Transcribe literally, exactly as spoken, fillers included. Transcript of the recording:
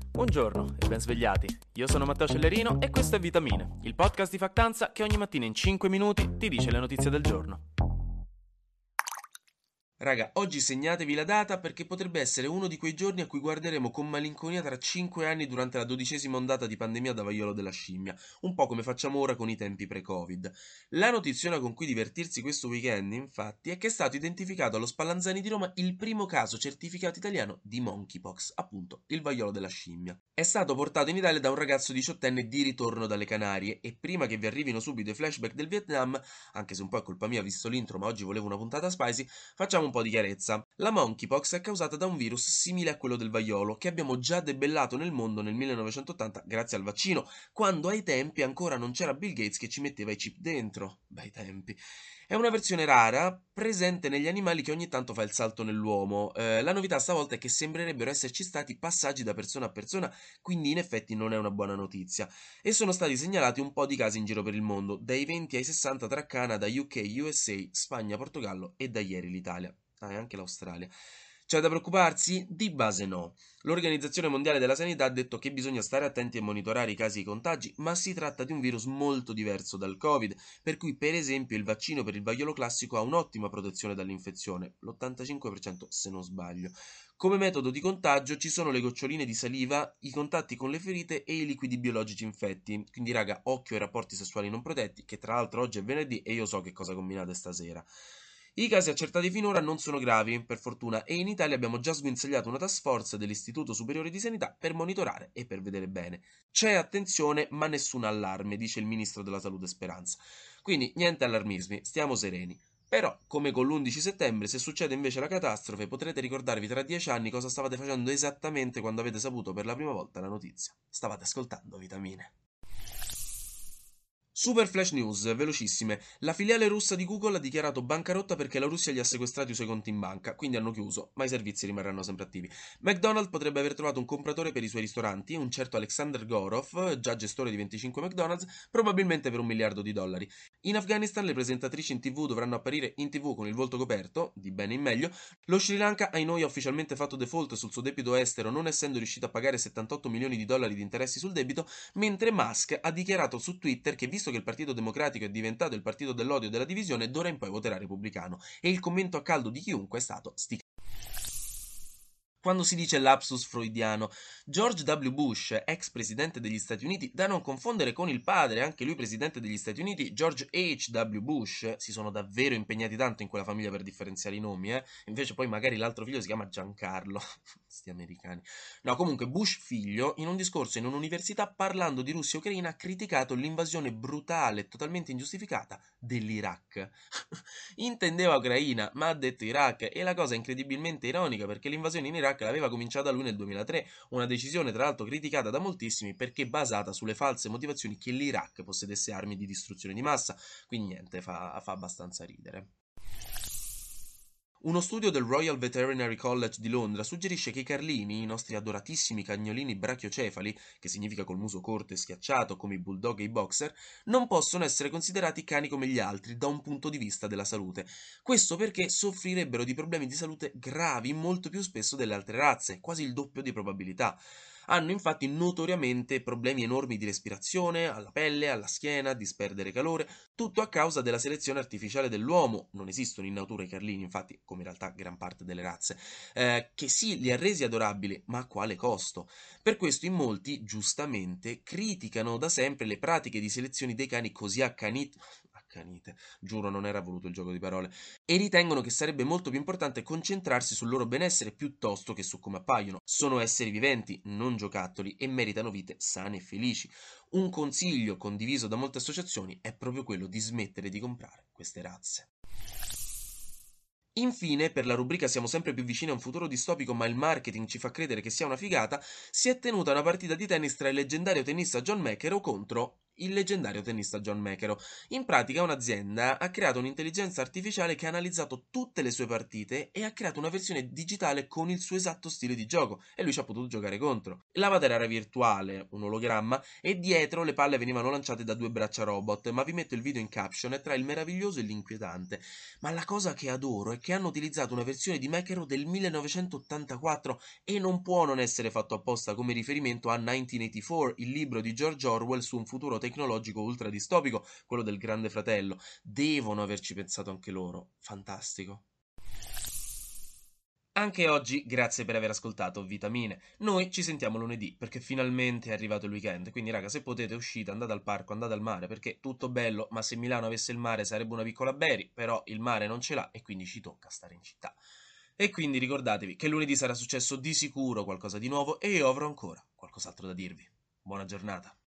Buongiorno e ben svegliati. Io sono Matteo Cellerino e questo è Vitamine, il podcast di Factanza che ogni mattina in cinque minuti ti dice le notizie del giorno. Raga, oggi segnatevi la data perché potrebbe essere uno di quei giorni a cui guarderemo con malinconia tra cinque anni durante la dodicesima ondata di pandemia da vaiolo della scimmia, un po' come facciamo ora con i tempi pre-Covid. La notiziona con cui divertirsi questo weekend, infatti, è che è stato identificato allo Spallanzani di Roma il primo caso certificato italiano di monkeypox, appunto il vaiolo della scimmia. È stato portato in Italia da un ragazzo diciottenne di ritorno dalle Canarie e prima che vi arrivino subito i flashback del Vietnam, anche se un po' è colpa mia visto l'intro, ma oggi volevo una puntata spicy, facciamo un po' di chiarezza. La monkeypox è causata da un virus simile a quello del vaiolo che abbiamo già debellato nel mondo nel millenovecentottanta grazie al vaccino, quando ai tempi ancora non c'era Bill Gates che ci metteva i chip dentro. Bei tempi. È una versione rara, presente negli animali che ogni tanto fa il salto nell'uomo. Eh, la novità stavolta è che sembrerebbero esserci stati passaggi da persona a persona, quindi in effetti non è una buona notizia. E sono stati segnalati un po' di casi in giro per il mondo, dai venti ai sessanta tra Canada, U K, U S A, Spagna, Portogallo e da ieri l'Italia. Ah, e anche l'Australia. C'è da preoccuparsi? Di base no. L'Organizzazione Mondiale della Sanità ha detto che bisogna stare attenti a monitorare i casi e i contagi, ma si tratta di un virus molto diverso dal Covid, per cui per esempio il vaccino per il vaiolo classico ha un'ottima protezione dall'infezione, l'ottantacinque per cento se non sbaglio. Come metodo di contagio ci sono le goccioline di saliva, i contatti con le ferite e i liquidi biologici infetti. Quindi raga, occhio ai rapporti sessuali non protetti, che tra l'altro oggi è venerdì e io so che cosa combinate stasera. I casi accertati finora non sono gravi, per fortuna, e in Italia abbiamo già sguinzagliato una task force dell'Istituto Superiore di Sanità per monitorare e per vedere bene. C'è attenzione, ma nessun allarme, dice il ministro della Salute Speranza. Quindi niente allarmismi, stiamo sereni. Però, come con l'undici settembre, se succede invece la catastrofe, potrete ricordarvi tra dieci anni cosa stavate facendo esattamente quando avete saputo per la prima volta la notizia. Stavate ascoltando Vitamine. Super flash news, velocissime. La filiale russa di Google ha dichiarato bancarotta perché la Russia gli ha sequestrato i suoi conti in banca, quindi hanno chiuso, ma i servizi rimarranno sempre attivi. McDonald's potrebbe aver trovato un compratore per i suoi ristoranti, un certo Alexander Gorov, già gestore di venticinque McDonald's, probabilmente per un miliardo di dollari. In Afghanistan le presentatrici in tv dovranno apparire in tv con il volto coperto, di bene in meglio. Lo Sri Lanka, ai noi, ha ufficialmente fatto default sul suo debito estero, non essendo riuscito a pagare settantotto milioni di dollari di interessi sul debito, mentre Musk ha dichiarato su Twitter che visto che il Partito Democratico è diventato il partito dell'odio e della divisione, d'ora in poi voterà repubblicano. E il commento a caldo di chiunque è stato sti quando si dice lapsus freudiano. George W. Bush, ex presidente degli Stati Uniti, da non confondere con il padre, anche lui presidente degli Stati Uniti, George H W. Bush, si sono davvero impegnati tanto in quella famiglia per differenziare i nomi, eh? Invece poi magari l'altro figlio si chiama Giancarlo, sti americani. No, comunque Bush figlio, in un discorso in un'università parlando di Russia e Ucraina, ha criticato l'invasione brutale e totalmente ingiustificata dell'Iraq. Intendeva Ucraina, ma ha detto Iraq, e la cosa è incredibilmente ironica perché l'invasione in Iraq l'aveva cominciata lui nel duemilatré, una decisione tra l'altro criticata da moltissimi perché basata sulle false motivazioni che l'Iraq possedesse armi di distruzione di massa, quindi niente, fa, fa abbastanza ridere. Uno studio del Royal Veterinary College di Londra suggerisce che i carlini, i nostri adoratissimi cagnolini brachiocefali, che significa col muso corto e schiacciato come i bulldog e i boxer, non possono essere considerati cani come gli altri da un punto di vista della salute. Questo perché soffrirebbero di problemi di salute gravi molto più spesso delle altre razze, quasi il doppio di probabilità. Hanno infatti notoriamente problemi enormi di respirazione, alla pelle, alla schiena, disperdere calore, tutto a causa della selezione artificiale dell'uomo. Non esistono in natura i carlini, infatti, come in realtà gran parte delle razze, eh, che sì, li ha resi adorabili, ma a quale costo? Per questo in molti, giustamente, criticano da sempre le pratiche di selezione dei cani così accaniti. Accanite, giuro non era voluto il gioco di parole, e ritengono che sarebbe molto più importante concentrarsi sul loro benessere piuttosto che su come appaiono. Sono esseri viventi, non giocattoli, e meritano vite sane e felici. Un consiglio condiviso da molte associazioni è proprio quello di smettere di comprare queste razze. Infine, per la rubrica Siamo sempre più vicini a un futuro distopico ma il marketing ci fa credere che sia una figata, si è tenuta una partita di tennis tra il leggendario tennista John McEnroe contro il leggendario tennista John McEnroe. In pratica un'azienda ha creato un'intelligenza artificiale che ha analizzato tutte le sue partite e ha creato una versione digitale con il suo esatto stile di gioco e lui ci ha potuto giocare contro. L'avatar era virtuale, un ologramma, e dietro le palle venivano lanciate da due braccia robot, ma vi metto il video in caption, è tra il meraviglioso e l'inquietante. Ma la cosa che adoro è che hanno utilizzato una versione di McEnroe del millenovecentottantaquattro e non può non essere fatto apposta come riferimento a millenovecentottantaquattro, il libro di George Orwell su un futuro tecnologico ultra distopico, quello del Grande Fratello. Devono averci pensato anche loro. Fantastico. Anche oggi grazie per aver ascoltato Vitamine. Noi ci sentiamo lunedì perché finalmente è arrivato il weekend, quindi raga, se potete uscite, andate al parco, andate al mare, perché tutto bello, ma se Milano avesse il mare sarebbe una piccola Bari, però il mare non ce l'ha e quindi ci tocca stare in città. E quindi ricordatevi che lunedì sarà successo di sicuro qualcosa di nuovo e io avrò ancora qualcos'altro da dirvi. Buona giornata.